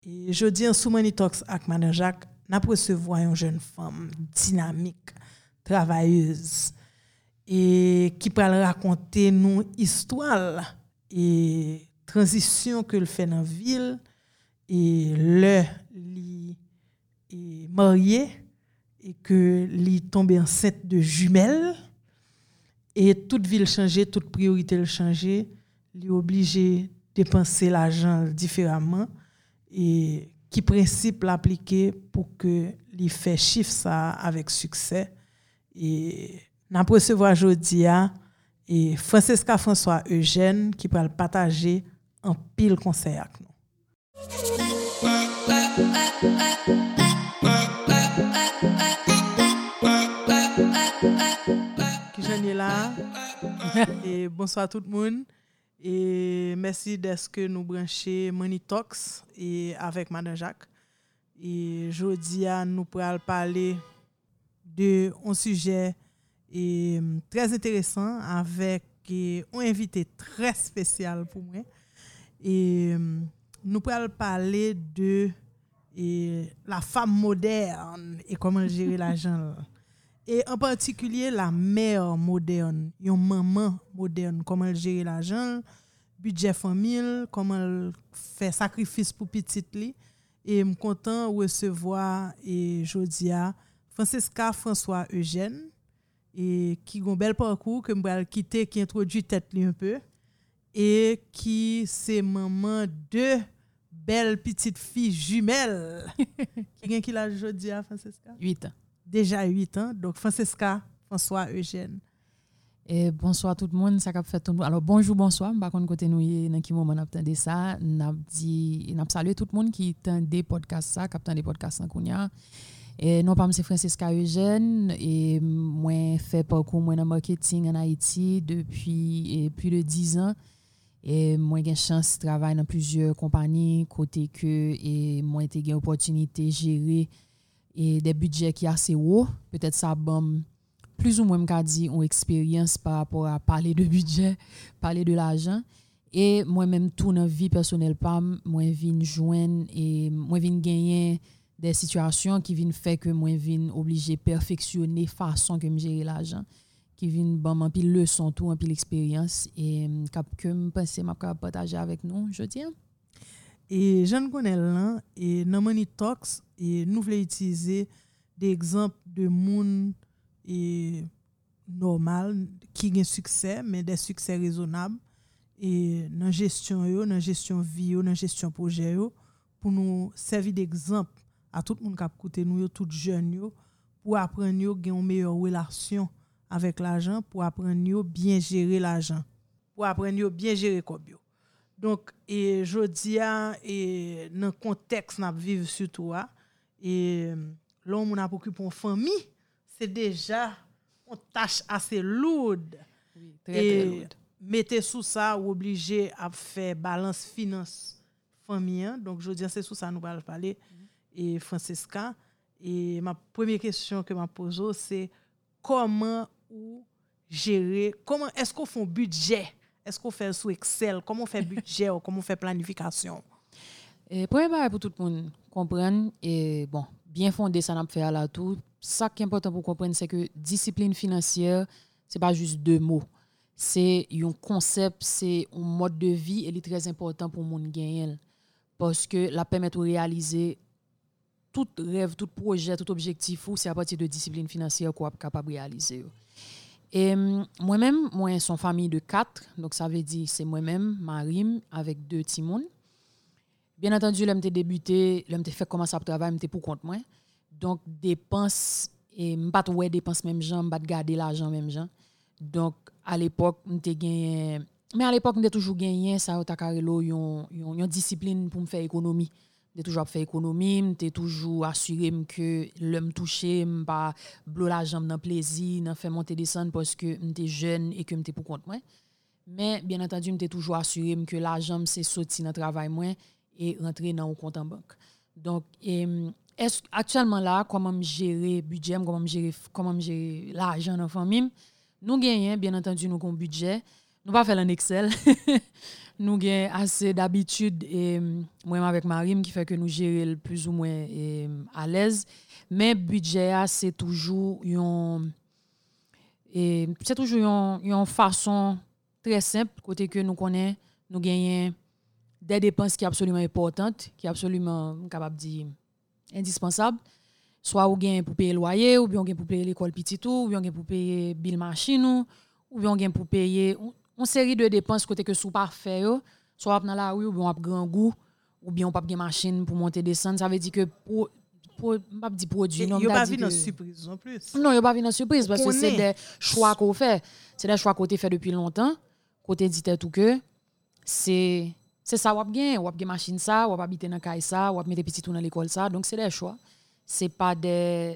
Et jeudi en sous Money Talks avec Madame Jacques, n'a recevoir une jeune femme dynamique, travailleuse et qui peut raconter nous histoire et transition que le fait dans la ville et le li est marié et que li tombe enceinte de jumelles et toute ville changée, toute priorité changée, li obligé dépenser l'argent différemment et qui principe l'appliquer pour que li fait chiffre ça avec succès et n'a recevoir aujourd'hui et Francesca François Eugène qui va le partager en pile conseil avec nous. Qui j'en ai là et bonsoir tout le monde. Et merci d'être que nous brancher Money Talks et avec Madame Jacques. Et aujourd'hui, nous pourrons parler de un sujet très intéressant avec un invité très spécial pour moi. Et nous pourrons parler de la femme moderne et comment gérer l'argent. Et en particulier la mère moderne, une maman moderne, comment elle gère l'argent, budget famille, comment elle fait sacrifice pour petite li. Et je suis content de recevoir et jodia Francesca François Eugène et qui a un bel parcours que je vais quitter qui introduit tête li un peu et qui c'est maman de belles petites filles jumelles. Qui a jodia Francesca? 8 ans. Déjà 8 ans. Donc, Francesca François Eugène. Et bonsoir tout le monde. Ça a fait tout le monde. Alors, bonjour, bonsoir. Par contre, côté nous, dans qui moment on attendait ça, n'a salué tout le monde qui tend des podcasts ça, qui tend des podcasts en Kounia. Et non pas c'est Francesca Eugène et moi fait parcours moi dans marketing en Haïti depuis plus de 10 ans. Et moi j'ai chance de travailler dans plusieurs compagnies côté que et moi j'ai eu opportunité de gérer et des budgets qui assez haut, peut-être ça bon plus ou moins m'a dit une expérience par rapport à parler de budget, parler de l'argent et moi même tout dans vie personnelle pas moi vinn joindre et moi vinn gagner des situations qui viennent faire que moi vinn obligé perfectionner façon que me gérer l'argent qui viennent bon en pile leçon tout en pile expérience et que me penser m'a partager avec nous jeudi. Et Jean connais là et dans Money Talks et nous voulons utiliser des exemples de monde et normal qui ont succès mais des succès raisonnables et dans gestion vie dans gestion projet pour nous servir d'exemple à tout le monde qui écoute nous tout jeune pour apprendre yo gagner une meilleure relation avec l'argent pour apprendre yo bien gérer l'argent pour apprendre yo bien gérer comme yo. Donc et jodia et dans contexte n'a vivre surtout et l'homme n'a occupé une famille c'est déjà une tâche assez lourde. Oui, très lourde. Mettez sous ça ou obligé à faire balance finance famille. Donc je dis c'est sous ça nous va parler et Francesca et ma première question que m'a posée c'est comment ou gérer comment est-ce qu'on fait un budget? Est-ce qu'on fait sous Excel? Comment on fait budget ou comment on fait planification? Premier pour tout le monde comprendre et bon, bien fondé ça n'a fait là tout. Ça qui est important pour comprendre c'est que discipline financière, c'est pas juste deux mots. C'est un concept, c'est un mode de vie et il est très important pour monde gagner parce que la permet de réaliser tout rêve, tout projet, tout objectif ou c'est à partir de discipline financière qu'on est capable de réaliser. Et moi-même, moi son famille de 4, donc ça veut dire c'est moi-même, Marim avec 2 petits moun. Bien entendu, là m'était débuté, là m'était fait commencer à travailler, m'était pour compte moi. Donc dépenses et m'pas ouais dépenses même gens, m'pas garder l'argent même gens. Donc à l'époque, m'était gagné mais à l'époque m'était toujours gagné ça ta carrelo yon discipline pour me faire économie. J'ai toujours fait économie, m'était toujours assuré que l'homme touché m'pas blo l'argent dans plaisir, dans faire monter descendre parce que m'était jeune et que m'était pour compte moi. Mais bien entendu, m'était toujours assuré que l'argent c'est sorti dans travail moi et rentrer dans un compte en banque. Donc est-ce actuellement là comment me gérer budget, comment me gérer l'argent dans famille? Nous gagnons bien entendu nous un budget, nous pas faire en Excel. nous avons assez d'habitude et moi avec Marim qui fait que nous gérons plus ou moins à l'aise. Mais budget c'est toujours une façon très simple côté que nous connaissons, nous gagnons des dépenses qui sont absolument importantes, qui sont absolument capable de dire indispensables. Soit ou gain pour payer le loyer, ou bien pour payer l'école petit ou bien pour payer bill machine ou bien pour payer une série de dépenses côté que sous pas fait soit dans la rue ou bien on a grand goût ou bien on pas gain machine pour monter descendre, ça veut dire que pour pas dire produit non, il pas vu dans surprise en plus. Non, il pas vu dans surprise parce que c'est des choix qu'on fait. C'est des choix qu'on fait depuis longtemps, côté dit tout que c'est ça ou gain machine ça, ou habiter dans caille ça, ou mettre petit tout dans l'école ça, donc c'est des choix. C'est pas des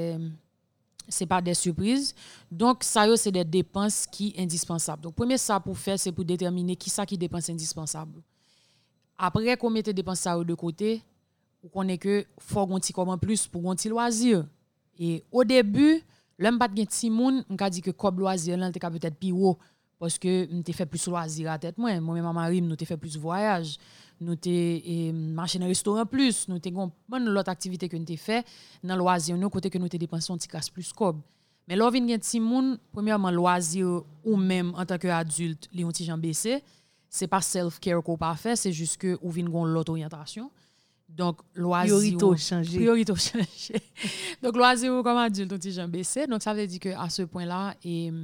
surprises. Donc ça c'est des dépenses qui sont indispensables. Donc premier ça pour faire c'est pour déterminer qui ça qui dépense indispensable. Après qu'on mette dépenses ça de côté, ou qu'on est que faut gonti comment plus pour gonti loisir. Et au début, l'homme pas gen ti moun, on ka dit que comme loisir là t'es peut-être plus haut parce que nous t'ai fait plus loisir à tête moi même Marim nous t'ai fait plus voyage. Nous t'ai marché dans restaurant plus, nous t'ai gon bonne l'autre activité que nous t'ai fait dans loisir nous côté que nous t'ai dépensé un petit casse plus cob. Mais là vinn gen ti moun, premièrement loisir ou même en tant qu'adulte, les petit jan baissé, c'est pas self care qu'on pas fait, c'est juste que ou vinn gon l'autre orientation. Donc loisir priorité changer. Donc loisir comme adulte un petit jan baissé, donc ça veut dire que à ce point-là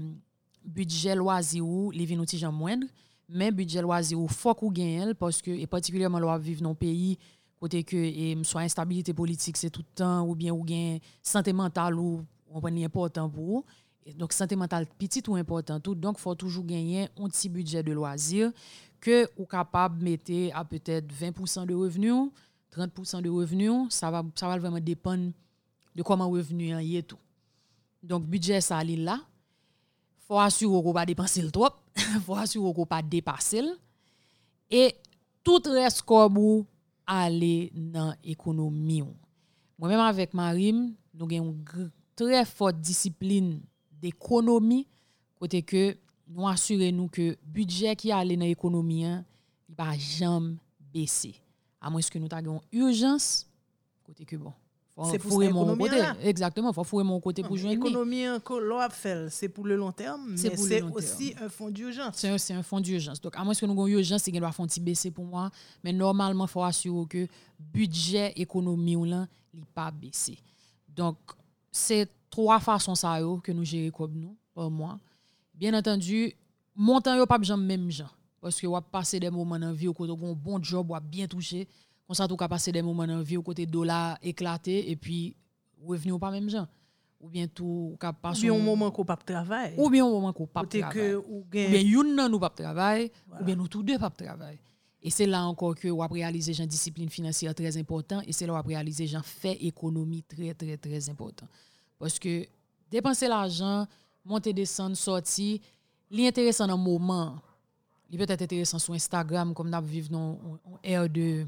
budget loisir les vinn un petit jan moindre. Mais budget loisir faut qu'on gagne parce que et particulièrement là vivre dans un pays côté que soit instabilité politique c'est tout le temps ou bien ou gain santé mentale ou on prend important pour et donc santé mentale petit ou important tout donc faut toujours gagner un petit budget de loisir que ou capable mettre à peut-être 20% de revenus 30% de revenus ça va vraiment dépendre de comment revenu est tout donc budget ça aller là faut assurer qu'on pas dépenser le trop faut assurer qu'on pas dépasser et tout reste comme aller dans l'économie. Moi-même avec Marim, nous avons une très forte discipline d'économie côté que nous assurons nous que budget qui aller dans l'économie il va jamais baisser à moins que nous ayons urgence côté que bon c'est pour mon côté là. Exactement, faut fouiller mon côté pour joindre l'économie c'est pour le long terme mais c'est aussi un fonds d'urgence. C'est un fonds d'urgence. Donc à moins que nous ayons urgence, c'est qu'il doit faire un petit baisser pour moi, mais normalement faut assurer que budget économie là, il pas baisser. Donc c'est trois façons ça que nous gérer comme nous par mois. Bien entendu, montant yo pas jamais même gens parce que on passer des moments dans vie où on a un bon job, on bien touché. On s'en tout cas passer des moments dans vie au côté dollar éclaté et puis revenu pas même gens ou bien tout cap passer un moment qu'on pas travail ou bien un moment qu'on pas travail ou bien une nan nous pas travail ou bien nous tous deux pas travail et c'est là encore que on réaliser une discipline financière très important et c'est là on réaliser gens fait économie très très très important parce que dépenser l'argent monter descendre sortir l'intéressant dans moment il peut être intéressant sur Instagram comme n'a vivre dans un air de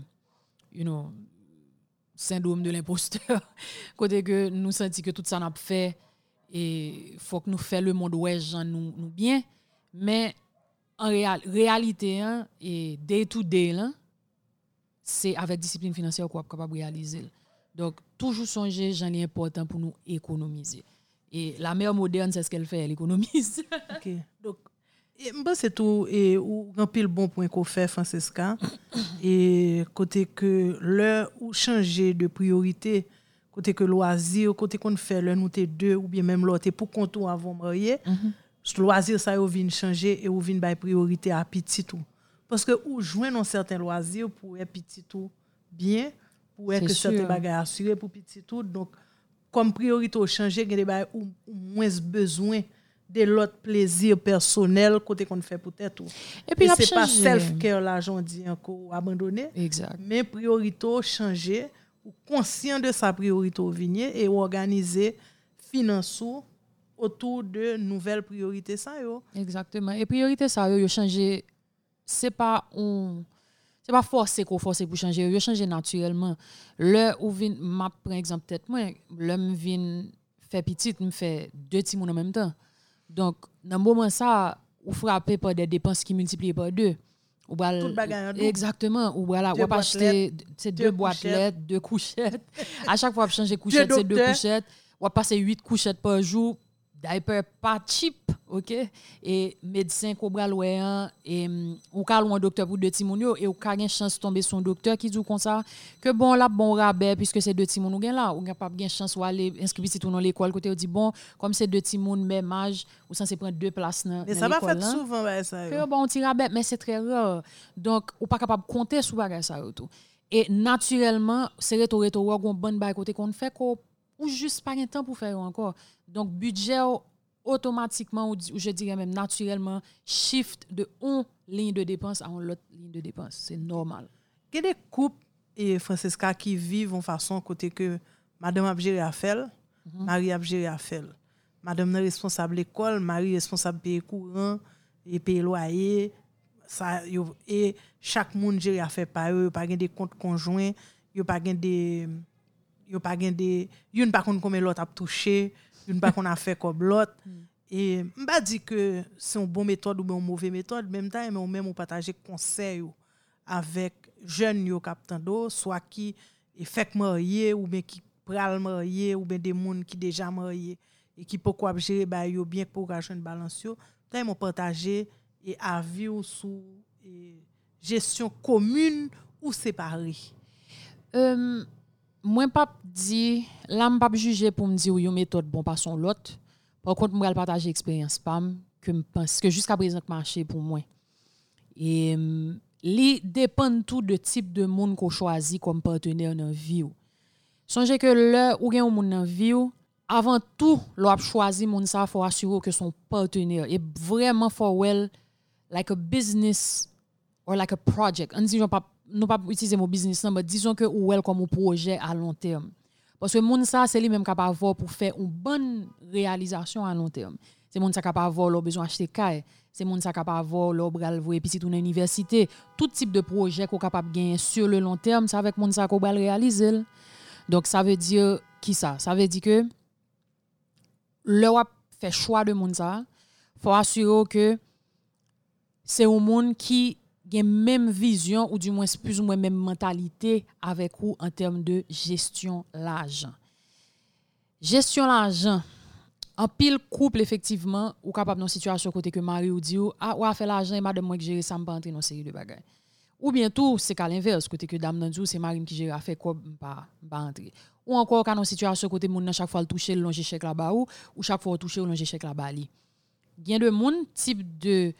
syndrome de l'imposteur côté que nous senti que tout ça n'a fait et faut que nous fait le monde ouais gens nous bien mais en réalité et day to day là c'est avec discipline financière qu'on est capable de réaliser donc toujours songer gens est important pour nous économiser et la mère moderne c'est ce qu'elle fait elle économise. OK donc c'est tout et ou remplir le bon point qu'on fait Francesca et côté que l'heure ou changer de priorité côté que loisir côté qu'on fait le nous t'es deux ou bien même l'autre pour compte ou avant marié loisir ça ou vient changer et ou vient bailler priorité à petit tout parce que ou joindre un certain loisir pour être petit tout bien pour être que certains bagages assuré pour petit tout donc comme priorité au changer il y a ou moins besoin de l'autre plaisir personnel côté qu'on fait peut-être et puis c'est pas self care l'argent dit encore abandonné exact mais priorité changer ou conscient de sa priorité venir et organiser finance autour de nouvelles priorités ça yo exactement et priorité ça yo changer c'est pas forcé qu'on forcer pour changer yo changer naturellement le ou vinn m'a par exemple tête moi l'homme vinn fait petite me fait deux petits moun en même temps. Donc, dans le moment ça, vous frappez par des dépenses qui multiplient par deux. Ou bral, Tout bagay en double. exactement. Ou voilà, ou pas acheter c'est deux boîtes lettres, deux couchettes. À chaque fois, changer couchette, c'est deux couchettes. Ou passer 8 couchettes par jour. Diaper pas cheap, OK? Et médecin ko bral wè et ou ka loin docteur pour deux timoun yo et ou ka gen chance tomber son docteur qui dit comme ça que bon là bon rabais puisque c'est deux timoun ou gen là ou gen pas gen chance ou aller inscrire petit tout dans l'école côté ou dit bon comme c'est deux timoun même âge ou censé prendre deux places dans l'école. Mais ça va fait souvent ça. Que bon ti rabais mais c'est très rare. Donc ou pas capable compter sur bagay ça tout. Et naturellement c'est retour gon bonne bagay côté qu'on fait ko ou juste pas un temps pour faire encore. Donc, budget automatiquement, ou je dirais même naturellement, shift de une ligne de dépense à une autre ligne de dépense. C'est normal. Il y a des couples, et Francesca, qui vivent en façon côté que madame a géré à faire, Marie a géré à faire. Madame est responsable de l'école, Marie est responsable de payer courant, et payer loyer. Et chaque monde géré à faire par eux, pas des comptes conjoints, il n'y a pas des... Yon pas konn combien l'autre a touché, yon pas qu'on a fait comme l'autre et m'pa dit que c'est une bonne méthode ou une mauvaise méthode, même temps mais même on partager conseil avec jeunes yo captando soit qui est fait marié ou bien qui pral marié ou bien des monde qui déjà marié et qui pourquoi gérer ba yo bien pour gagner une balance yo, temps on partager et avis ou sous gestion commune ou séparée. Moi pas dit là me pas juger pour me dire une méthode bon pas son l'autre. Par contre moi partager expérience pam que me pense que jusqu'à présent marché pour moi. Et li dépend tout de type de monde qu'on choisit comme partenaire dans vie. Songez que là ou gen un monde dans vie avant tout l'on choisi monde ça faut assurer que son partenaire est vraiment for well like a business or like a project. On dit non pas utiliser mon business mais disons que ou elle comme un projet à long terme parce que monde ça c'est lui même capable pour faire une bonne réalisation à long terme. C'est monde ça capable avoir leur besoin acheter caille, c'est monde ça capable avoir leur bral voyer petit tout dans université, tout type de projet qu'on capable gagner sur le long terme, ça avec monde ça qu'on va réaliser. Donc ça veut dire qui ça veut dire que leur fait choix de monde ça, faut assurer que c'est un monde qui gen même vision ou du moins plus ou moins même mentalité avec vous en termes de gestion l'argent. Gestion l'argent. En pile couple effectivement ou capable dans situation côté que mari ou dit ah ou a fait l'argent et madame moi qui gérer ça me pas entrer dans série de bagages. Ou bien tout c'est qu'à l'inverse côté que dame nan dit c'est mari qui gère fait quoi pas entrer. Ou encore quand dans situation côté moun chaque fois le toucher le longer chèque là-bas ou chaque fois toucher le longer chèque là-bas li. Gen de moun type de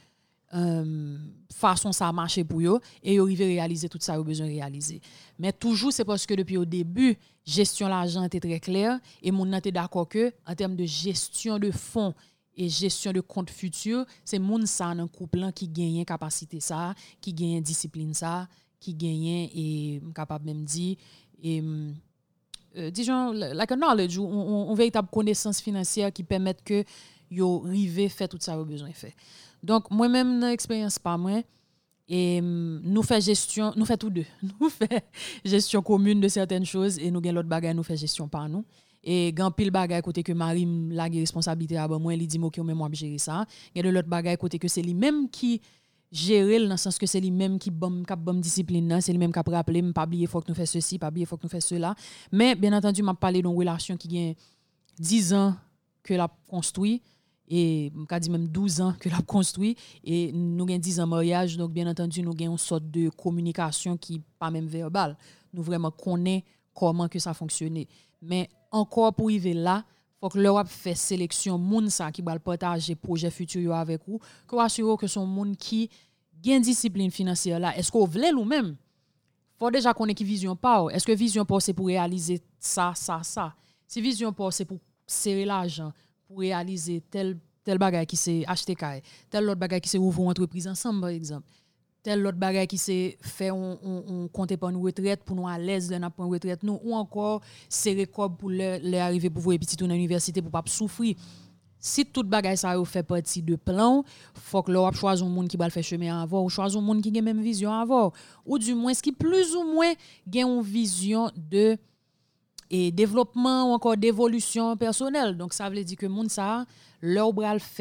façon ça marcher pour eux et ils arrivent à réaliser tout ça qu'ils ont besoin de réaliser. Mais toujours c'est parce que depuis au début gestion l'argent était très claire et mon était d'accord que en termes de gestion de fonds et gestion de compte futur c'est moun ça dans couple qui gagne capacité ça qui gagne discipline ça qui gagne et capable même dire et disons like a knowledge une véritable connaissance financière qui permet que yo rive faire tout ça qu'ils ont besoin de faire. Donc moi-même dans expérience pas moi et nous fait gestion nous fait tous deux nous fait gestion commune de certaines choses et nous gain l'autre bagage nous fait gestion par nous et grand pile bagage côté que Marie la responsabilité à moi il dit OK même moi gérer ça gain de l'autre bagage côté que c'est lui même qui gérer dans le sens que c'est lui même qui bon discipline c'est lui même qui rappeler pas oublier faut que nous fait ceci pas oublier faut que nous fait cela mais bien entendu m'a parlé d'une relation qui gagne 10 ans que l'a construit et m'a dit même 12 ans que l'a construit et nous gagne 10 ans mariage donc bien entendu nous gagne une sorte de communication qui pas même verbale nous vraiment connaît comment que ça fonctionnait mais encore pour arriver là faut que l'Europe fait sélection moun ça qui va partager projet futur avec vous que assurer que son monde qui gagne discipline financière là est-ce qu'on veut ou même faut déjà connaître qui vision pas est-ce que vision pas c'est pour réaliser ça si vision pas c'est pour serrer l'argent pour réaliser tel bagage qui c'est acheter caille tel autre bagage qui c'est ouvrir entreprise ensemble par exemple tel autre bagage qui c'est faire on compter pour une retraite pour nous à l'aise de notre retraite nous ou encore serrer corps pour les arriver pour voir petit dans l'université pour pas souffrir si tout bagage ça fait partie de plan faut que l'on choisir un monde qui va faire chemin avant ou choisir un monde qui a même vision avant ou du moins qui plus ou moins gagne une vision de et développement ou encore d'évolution personnelle donc ça veut dire que monde ça leur bral fait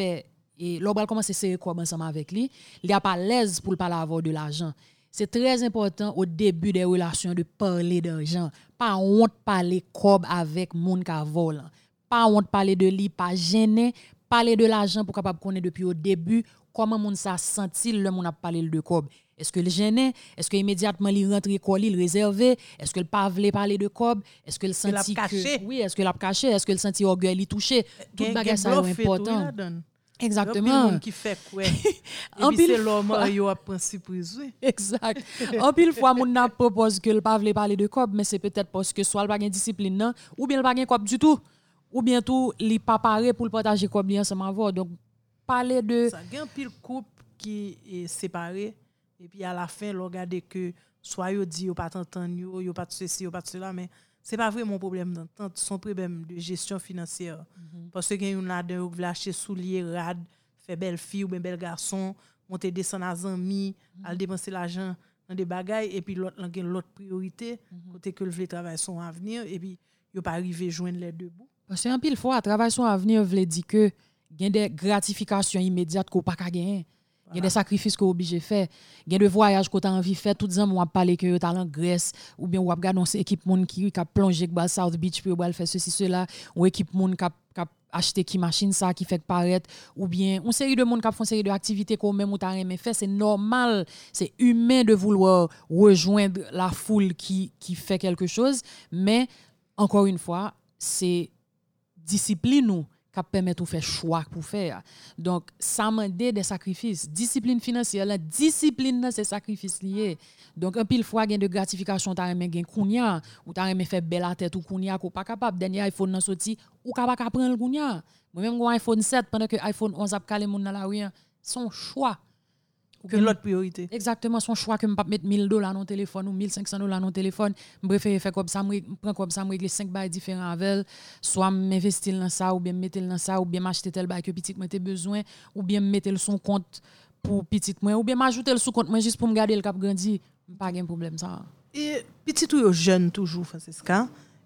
et l'obral commence à serrer quoi ensemble avec lui, il a pas l'aise pour pas avoir de l'argent. C'est très important au début des relations de parler d'argent, pas honte parler cob avec moun ka vol. Pas honte parler de lui, pas gêner, parler de l'argent pour capable connaître depuis au début comment moun ça senti le moun a parlé de cob. Est-ce que le gêné? Est-ce que immédiatement il rentre école, il réservé? Est-ce que le pas voulait parler de cob? Est-ce que le senti que oui, est-ce que l'a caché? Est-ce que le senti orgueil il touché? Tout bagage ça est important. Exactement. Qui fait quoi? Et puis c'est l'homme yo a prend surprise. Exact. En pile fois moun n'a propose que le pas voulait parler de cob, mais c'est peut-être parce que soit le pas gain discipline non, ou bien le pas gain cob du tout, ou bien tout il pas paré pour le partager cob bien ensemble avec. Donc parler de ça gain pile couple qui est séparé et puis à la fin le regarder que soit yo dit yo pas t'entendre yo pas ceci yo pas cela, mais c'est pas vraiment un problème d'entente, son problème de gestion financière. Parce que y en a de veut acheter souliers rad, faire belle fille ou bien bel garçon, monter descendre à amis, aller dépenser l'argent dans des bagailles et puis l'autre priorité côté que le veut travailler son avenir et puis yo pas arriver joindre les deux bouts. Parce que en pile fois travailler son avenir veut dire que gain des gratifications immédiates qu'on pas gagner. Il y a des sacrifices qu'on est obligé de faire. Il y a des voyages qu'on a envie de faire. Tout le temps, on a parlé que tu as en Grèce, ou bien on a regardé une équipe qui a plongé dans South Beach, puis on a fait ceci, cela, ou équipe qui a acheté qui machine ça, qui fait paraître, ou bien une série de monde qui a fait une série d'activités qu'on même ou tu as aimé faire. C'est normal, c'est humain de vouloir rejoindre la foule qui fait quelque chose, mais encore une fois, c'est discipline nous qui permet de faire choix pour faire. Donc, ça m'a des sacrifices. Discipline financière, la discipline, c'est sacrifice lié. Donc, un pile fois, il y a de gratification, tu as aimé gagner kounya, ou tu as aimé faire belle à tête ou kounya, ou pas capable. Dernier iPhone n'a sorti, ou capable de prendre le kounya. Moi-même, j'ai un iPhone 7 pendant que iPhone 11 a calé mon dans la rue. Son choix. Que l'autre priorité. Exactement, son choix que je ne pas mettre $1,000 dans le téléphone ou $1,500 dans le téléphone. Je préfère faire comme ça, je prends comme ça, je régler 5 bails différents avec, soit m'investir dans ça, ou bien mettre dans ça, ou bien m'acheter tel bail que petit moi besoin, ou bien mettre son compte pour petit moi, ou bien m'ajouter le sous compte moi juste pour me garder le cap grandi. Pas de problème ça. Et petit tout yo jeune toujours Francisca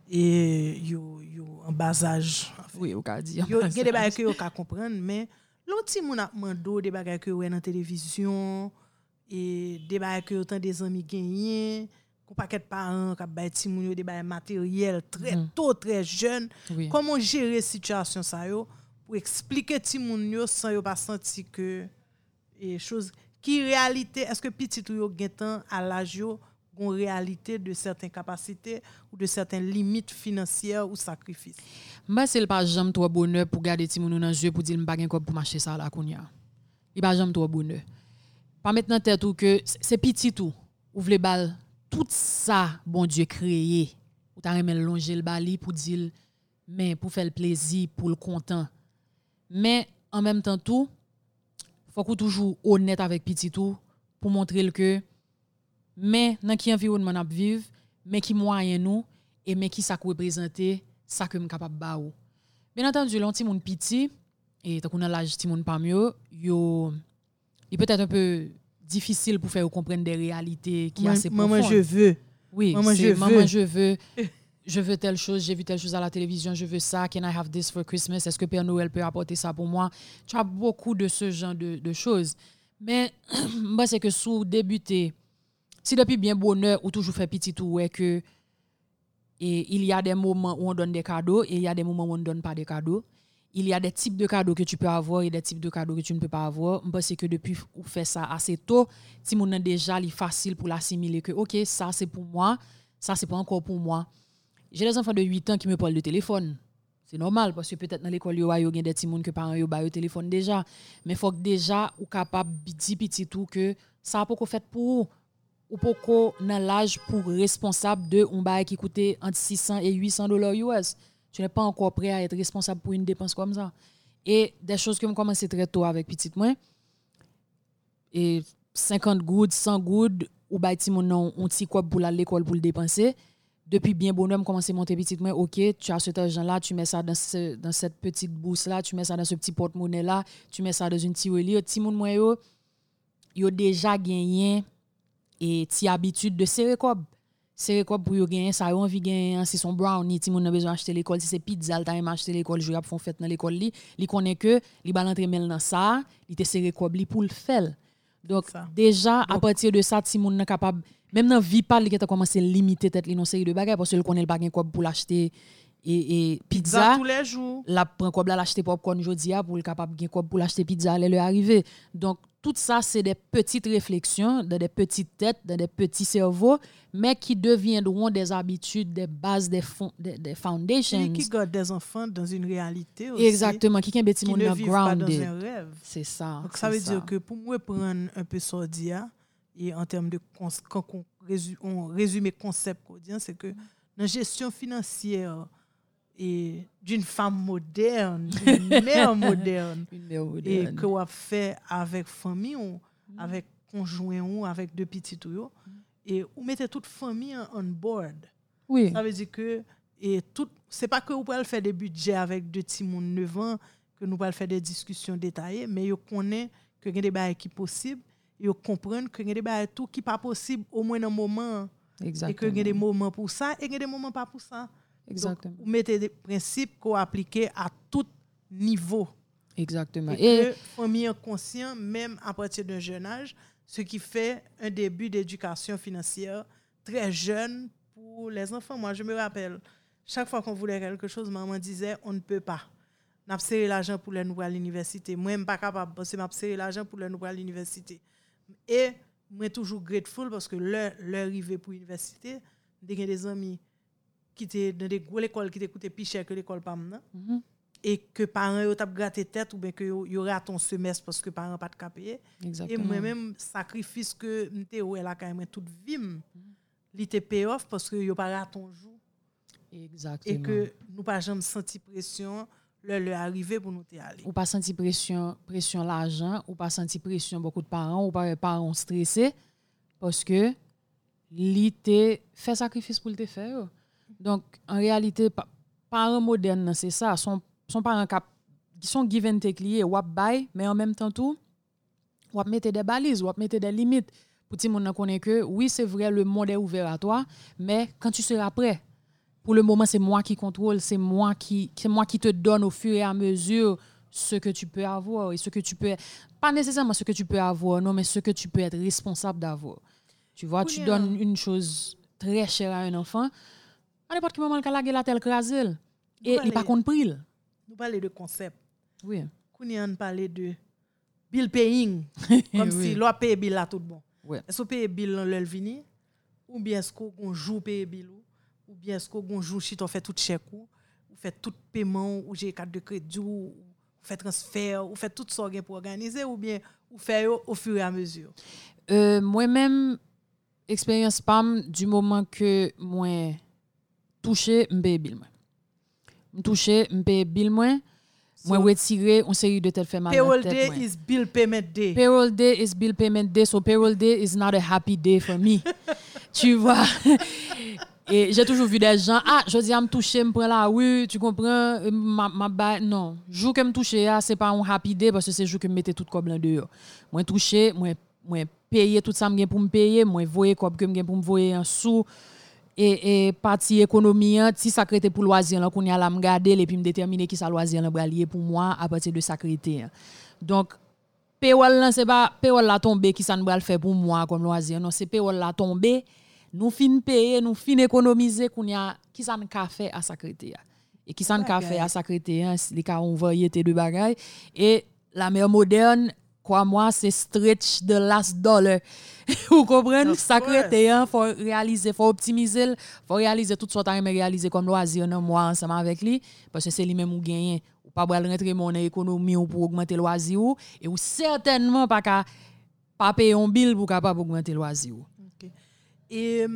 et yo en bas âge. Oui, au cas dire. Yo des bails que yo ka comprendre mais l'autre moun a mando des bagages que ouais dans télévision et des bagages que autant des amis gagné qu'on paquet de parents qui bay ti moun yo des bagages matériel très tôt très jeune. Oui. Comment gérer situation ça yo pour expliquer ti moun yo sans yo pas senti que et chose qui réalité est-ce que petit tout yo gen temps à l'âge yo gon réalité de certaines capacités ou de certaines limites financières ou sacrifices. Moi c'est le pas jamais trop bonheur pour garder ti moun dans yeux pour dire m'pa gen quoi pour marcher ça là kounya. Il pas jamais trop bonheur. Pas maintenant tête ou que c'est petit tout. Ouvre les balles tout ça bon Dieu créé. Ou ta remen longer le bali pour dire mais pour faire le plaisir, pour le content. Mais en même temps tout faut qu'on toujours honnête avec petit tout pour montrer que mais dans qui environnement n'a vivre mais qui moyen nous et mais qui ça représenter ça que me capable ba ou bien entendu l'anti monde petit et tant qu'on a l'âge ti monde pas mieux yo il peut être un peu difficile pour faire comprendre des réalités qui assez profondes. Maman je veux. Oui, maman je veux. Je veux telle chose, j'ai vu telle chose à la télévision, je veux ça, can I have this for Christmas? Est-ce que Père Noël peut apporter ça pour moi? Tu as beaucoup de ce genre de choses. Mais moi, c'est que sous débuter, si depuis bien bonheur ou toujours fait petit tout, ouais, que et il y a des moments où on donne des cadeaux et il y a des moments où on ne donne pas des cadeaux. Il y a des types de cadeaux que tu peux avoir et des types de cadeaux que tu ne peux pas avoir. Je pense que depuis ou fait ça assez tôt, si mon déjà li facile pour l'assimiler que OK, ça c'est pour moi, ça c'est pas encore pour moi. J'ai des enfants de 8 ans qui me parlent de téléphone. C'est normal parce que peut-être dans l'école yo y a des petits monde que parents yo ba yo téléphone déjà, mais faut que déjà ou capable dire petit tout que ça pas qu'on fait pour ou pas qu'on dans l'âge pour responsable de un bail qui coûtait entre 600 et 800 $ US. Tu n'es pas encore prêt à être responsable pour une dépense comme ça. Et des choses que me commencé très tôt avec petite moi et 50 gouttes, 100 gouttes ou bail ti mon on petit quoi pour aller à l'école pour le dépenser. Depuis bien bonhomme commencer à monter petit moi OK, tu as cet argent là, tu mets ça dans cette petite bourse là, tu mets ça dans ce petit porte-monnaie là, tu mets ça dans une tirelire, ti moun moi yo déjà gagné et ti habitude de serrer cob. c'est quoi pour yo gagner ça, yo envie gagner, si son brownie, ti moun a besoin acheter l'école, si c'est pizza, il t'a aimé acheter l'école, jou y a font fête dans l'école li connaît que li ba l'entrée mel dans ça, li te serré quoi li pour le faire. Donc déjà à partir de ça ti moun capable même dans vie pas li qui a commencé limiter tête li non série de bagages parce que le connaît pas gain quoi pour l'acheter et pizza tous les jours. La prend quoi là l'acheter popcorn jodia pour le capable gain quoi pour l'acheter pizza aller le arriver. Donc tout ça c'est des petites réflexions dans des petites têtes, dans des petits cerveaux mais qui deviendront des habitudes, des bases, des foundations. Et qui gardent des enfants dans une réalité aussi. Exactement, qui ne vivent pas dans un rêve. C'est ça. Donc ça veut dire que pour moi prendre un peu sordia et en termes de quand on résume le concept quotidien, c'est que la gestion financière et d'une femme moderne, d'une mère moderne, et que on fait avec famille ou avec conjoint ou avec deux petits tuyaux et vous mettez toute famille on board. Oui. Ça veut dire que et tout c'est pas que vous pouvez faire des budgets avec deux petits moun 9 ans que nous pouvons faire des discussions détaillées mais vous connaissez que il y a des bails qui possible et vous comprenez que il y a des bails tout qui pas possible au moins un moment. Exactement. Et que il y a des moments pour ça et il y a des moments pas pour ça. Exactement. Donc, vous mettez des principes qu'on appliquer à tout niveau. Exactement. Et que famille conscient même à partir d'un jeune âge, ce qui fait un début d'éducation financière très jeune pour les enfants. Moi, je me rappelle, chaque fois qu'on voulait quelque chose, maman disait on ne peut pas. N'a serré l'argent pour les nous à l'université. Moi, je suis pas capable parce que m'a serré l'argent pour les nous à l'université. Et moi toujours grateful parce que leur arrivée pour l'université, des amis qui étaient dans des grosses écoles qui coûtaient plus cher que l'école PAM et que parents yo t'a gratté tête ou bien que y aura ton semestre parce que parents pas de payer. Et moi même sacrifice que m'était ouais là quand même toute vie li te pay off parce que yo pas ton jour. Exactement. Et que nous pas jamais senti pression le arriver pour nous te aller. Ou pas senti pression l'argent, ou pas senti pression beaucoup de parents, ou pas parents stressés parce que li te fait sacrifice pour le faire. Donc en réalité parents modernes c'est ça, son parents qui sont give and take liés, ou buy mais en même temps tout ou mettre des balises, ou mettre des limites pour ti moun connaît que oui, c'est vrai le monde est ouvert à toi, mais quand tu seras prêt. Pour le moment, c'est moi qui contrôle, c'est moi qui te donne au fur et à mesure ce que tu peux avoir et ce que tu peux pas nécessairement ce que tu peux avoir, non, mais ce que tu peux être responsable d'avoir. Tu vois, tu donnes une chose très chère à un enfant, à n'importe quel moment il a la telle crasel et il pas compris. Nous parler de concept. Oui. On parler de bill paying comme oui. Si l'on paye bill là tout bon. Oui. Est-ce qu'on paye bill dans le vini ou bien est-ce qu'on joue payer bill ou bien est-ce qu'on joue si on fait tout chèque ou fait tout paiement ou j'ai carte de crédit ou fait transfert ou fait tout ça pour organiser ou bien ou fait au fur et à mesure. Moi-même expérience PAM du moment que moi touché m'paye bill moi. M'touché m'paye bill moi. Moi retirer une série de telles fait mal. Payroll day is bill payment day. Payroll day is bill payment day, so payroll day is not a happy day for me. Tu vois. Et j'ai toujours vu des gens je dis à me toucher me prend la rue, tu comprends ma non, jour que me toucher c'est pas un happy day parce que c'est jour que me mettait tout comme blanc dehors. Moi toucher, moi payer tout ça me pour me payer, moi voyer comme que me pour me voyer en sous et partie économie si ça créé pour loisir là qu'on y a là me garder et puis me déterminer qui ça loisir là va lier pour moi à partir de ça créé. Donc payroll là c'est pas payroll là tomber qui ça ne va le faire pour moi comme loisir, non, c'est payroll là tomber nous fin payer, nous fin économiser qu'on y a qui ça ne ka fait à secrétaire. Et qui ça ne ka fait à secrétaire, les cas on variété de bagaille et la mère moderne quoi moi c'est stretch the last dollar. Vous comprenez secrétaire faut réaliser, faut optimiser, faut réaliser tout ce qu'on a réaliser comme loisir dans moi ensemble avec lui parce que c'est lui même ou gagner ou pas bral rentrer mon économie ou pour augmenter loisir et ou certainement pas payer un bill pour capable augmenter loisir. Et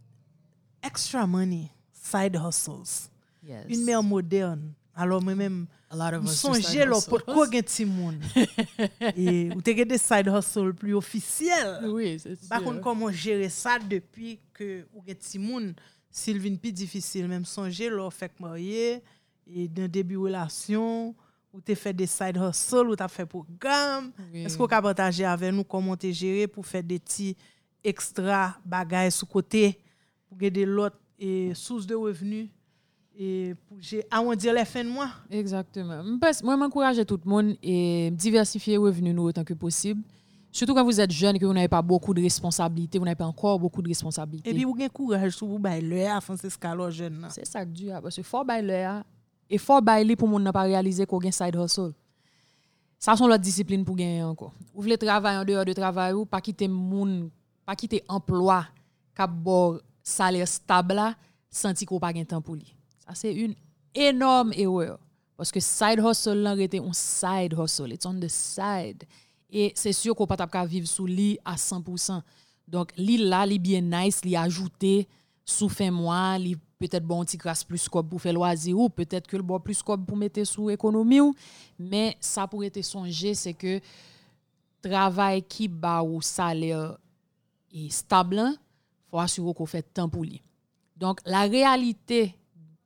extra money, side hustles. Yes. Une mère moderne. Alors moi-même, songez là pour quoi gen ti moun. Et ou te gen des side hustles plus officiels. Oui, c'est sûr. Par contre comment gérer ça depuis que ou gen ti moun, s'il vient plus difficile même songez là fait marier et dans début relation ou te fait des side hustles ou t'as fait programme. Oui. Est-ce qu'on peut partager avec nous comment te gérer pour faire des petits extra bagaille sous côté pour garder l'autre et source de revenus et pour arrondir les fins de mois. Exactement. Moi, m'encourage tout le monde et diversifier les revenus nous autant que possible. Surtout quand vous êtes jeune et que vous n'avez pas beaucoup de responsabilités, vous n'avez pas encore beaucoup de responsabilités. Et puis, vous avez courage sur vous, l'heure, Francesca, le jeune. C'est ça que Dieu a. Parce que fort bail l'heure et fort bail pour ne pas réaliser qu'on a un side hustle. Ça sont l'autre discipline pour gagner encore. Vous voulez travailler en dehors de travail ou pas quitter emploi, cap bon salaire stable là, senti qu'on pas gain temps pour lui. Ça c'est une énorme erreur parce que side hustle là était un side hustle, it's on the side. Et c'est sûr qu'on peut pas vivre sous lit à 100%. Donc l'île là, li bien nice, li ajouté sous fin mois, li peut-être bon petit crasse plus scope pour faire loisir ou peut-être que le bon plus scope pour mettre sous économie ou mais ça pourrait être songer c'est que travail qui ba ou salaire est stable, faut assurer qu'on fait temps pour lui. Donc la réalité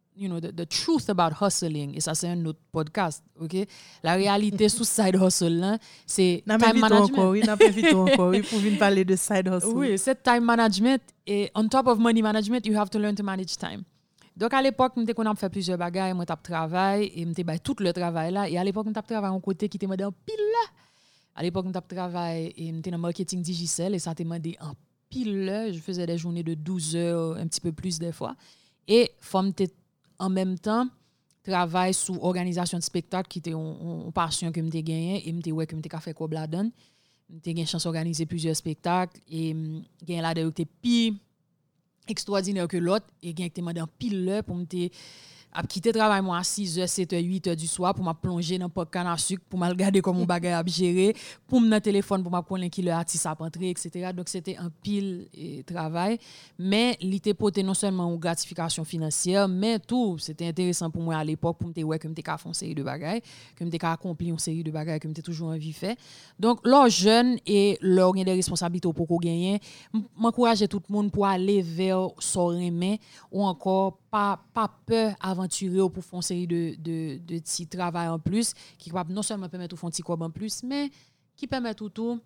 the truth about hustling, et ça c'est un autre podcast, ok? La réalité sous side hustle là, c'est time management. Oui, n'a pas invité encore, oui, pour venir parler de side hustle. Oui, c'est time management et on top of money management, you have to learn to manage time. Donc à l'époque, m'était qu'on a fait plusieurs bagages, moi t'a travail et m'était tout le travail là et à l'époque m't'a travail en côté qui était demandé en pile là. À l'époque m't'a travail et m'était dans marketing digital et ça t'a demandé en pile là, je faisais des journées de 12 heures, un petit peu plus des fois et femme en même temps travail sous organisation de spectacle qui était une passion que m'était gagné et m'était que m'était fait quoi bladon m'était gagné chance organiser plusieurs spectacles et gagné là de plus extraordinaire que l'autre et gagné que demandé en pile l'heure pour m'était a quitté travail moi à 6h 7h 8h du soir pour m'a plonger dans pot canne à sucre pour m'a regarder comment bagage a gérer pour me téléphone pour m'a connaître qui le artiste a rentré etc. Donc c'était un pile et travail mais l'ité porté non seulement une gratification financière mais tout c'était intéressant pour moi à l'époque pour me ouais que me t'ai faire une série de bagages que me t'ai accomplir une série de bagages que me t'ai toujours envie faire donc leur jeune et leur des responsabilités pour qu'on gagne m'encourager tout le monde pour aller vers son remet ou encore pas peur aventurer pour faire une série de petits travail en plus qui va non seulement permettre de faire un petit cob en plus mais qui permet tout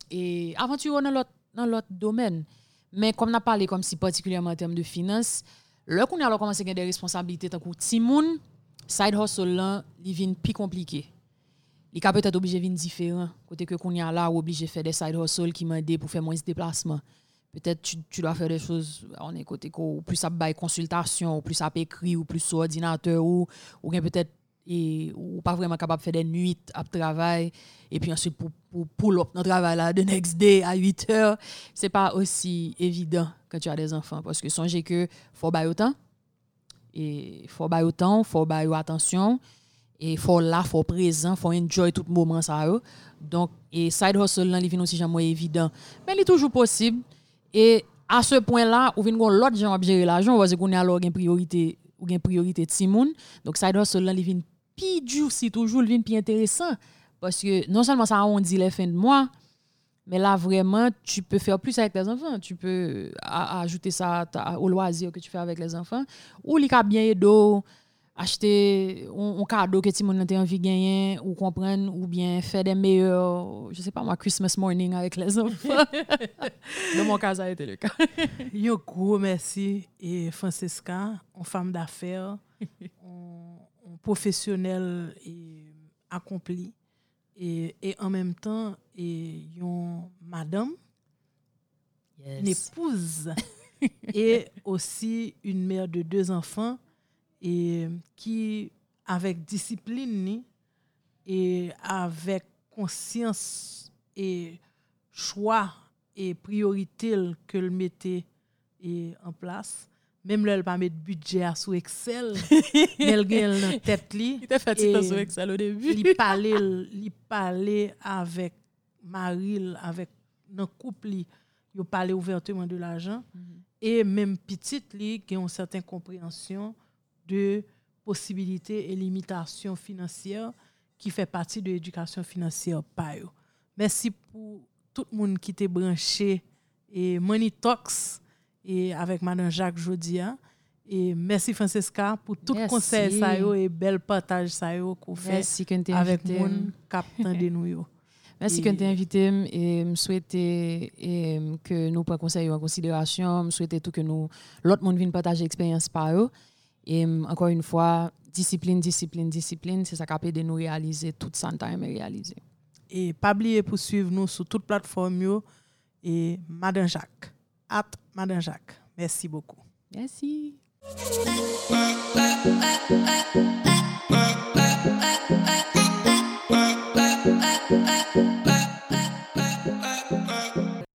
et aventurer dans l'autre domaine mais comme on a parlé comme si particulièrement en termes de finances là qu'on a commencé à avoir des responsabilités tant que petit monde side hustle là il vient plus compliqué il peut être obligé de venir différent côté que qu'on y a là obligé faire des side hustle qui m'aident pour faire moins de déplacements. Peut-être tu dois faire des choses on est côté ou plus à bail consultation ou plus à écrire ou plus sur ordinateur ou bien peut-être ou pas vraiment capable de faire des nuits à travail et puis ensuite pour pull up dans travail là the next day à 8h c'est pas aussi évident quand tu as des enfants parce que songez que faut bailler autant et faut bailler autant faut bailler attention et faut présent faut enjoy tout moment ça donc et side hustle là il vient aussi jamais évident mais il est toujours possible. Et à ce point-là, ou vient l'autre gens à gérer l'argent parce qu'on a alors une priorité ou une priorité de Simon. Donc side hustle là, il vient plus dur si toujours il vient plus intéressant parce que non seulement ça on dit les fins de mois, mais là vraiment tu peux faire plus avec tes enfants, tu peux ajouter ça au loisir que tu fais avec les enfants ou li ka bien aider acheter un cadeau que tout le monde a envie de gagner ou comprendre ou bien faire des meilleurs je sais pas moi Christmas morning avec les enfants. Dans mon cas ça a été le cas. Un gros merci et Francesca, une femme d'affaires, un professionnel et accompli et en même temps une madame, une épouse et aussi une mère de 2 enfants et qui avec discipline et avec conscience et choix et priorité que le mettait en place même là elle pas mettre budget sous Excel mais elle gagne dans tête li il t'a fait sur Excel au début il parlait avec Maril avec dans couple il parlait ouvertement de l'argent et même petite li qui ont une certaine compréhension de possibilités et limitations financières qui fait partie de l'éducation financière par eux. Merci pour tout le monde qui était branché et Money Talks et avec Madame Jacques Jodia et merci Francesca pour tout conseil ça yo et bel partage ça yo qu'on fait avec monde captant de nous yo. Merci que tu as invité et me souhaiter que nous prenions conseil en considération, me souhaiter tout que nous l'autre monde vienne partager expérience par eux et encore une fois discipline, c'est ça qui peut aider nous réaliser tout ça nous avons réaliser. Et pas oublier pour suivre nous sur toute plateforme yo et Madame Jacques. Madame Jacques. Merci beaucoup. Merci.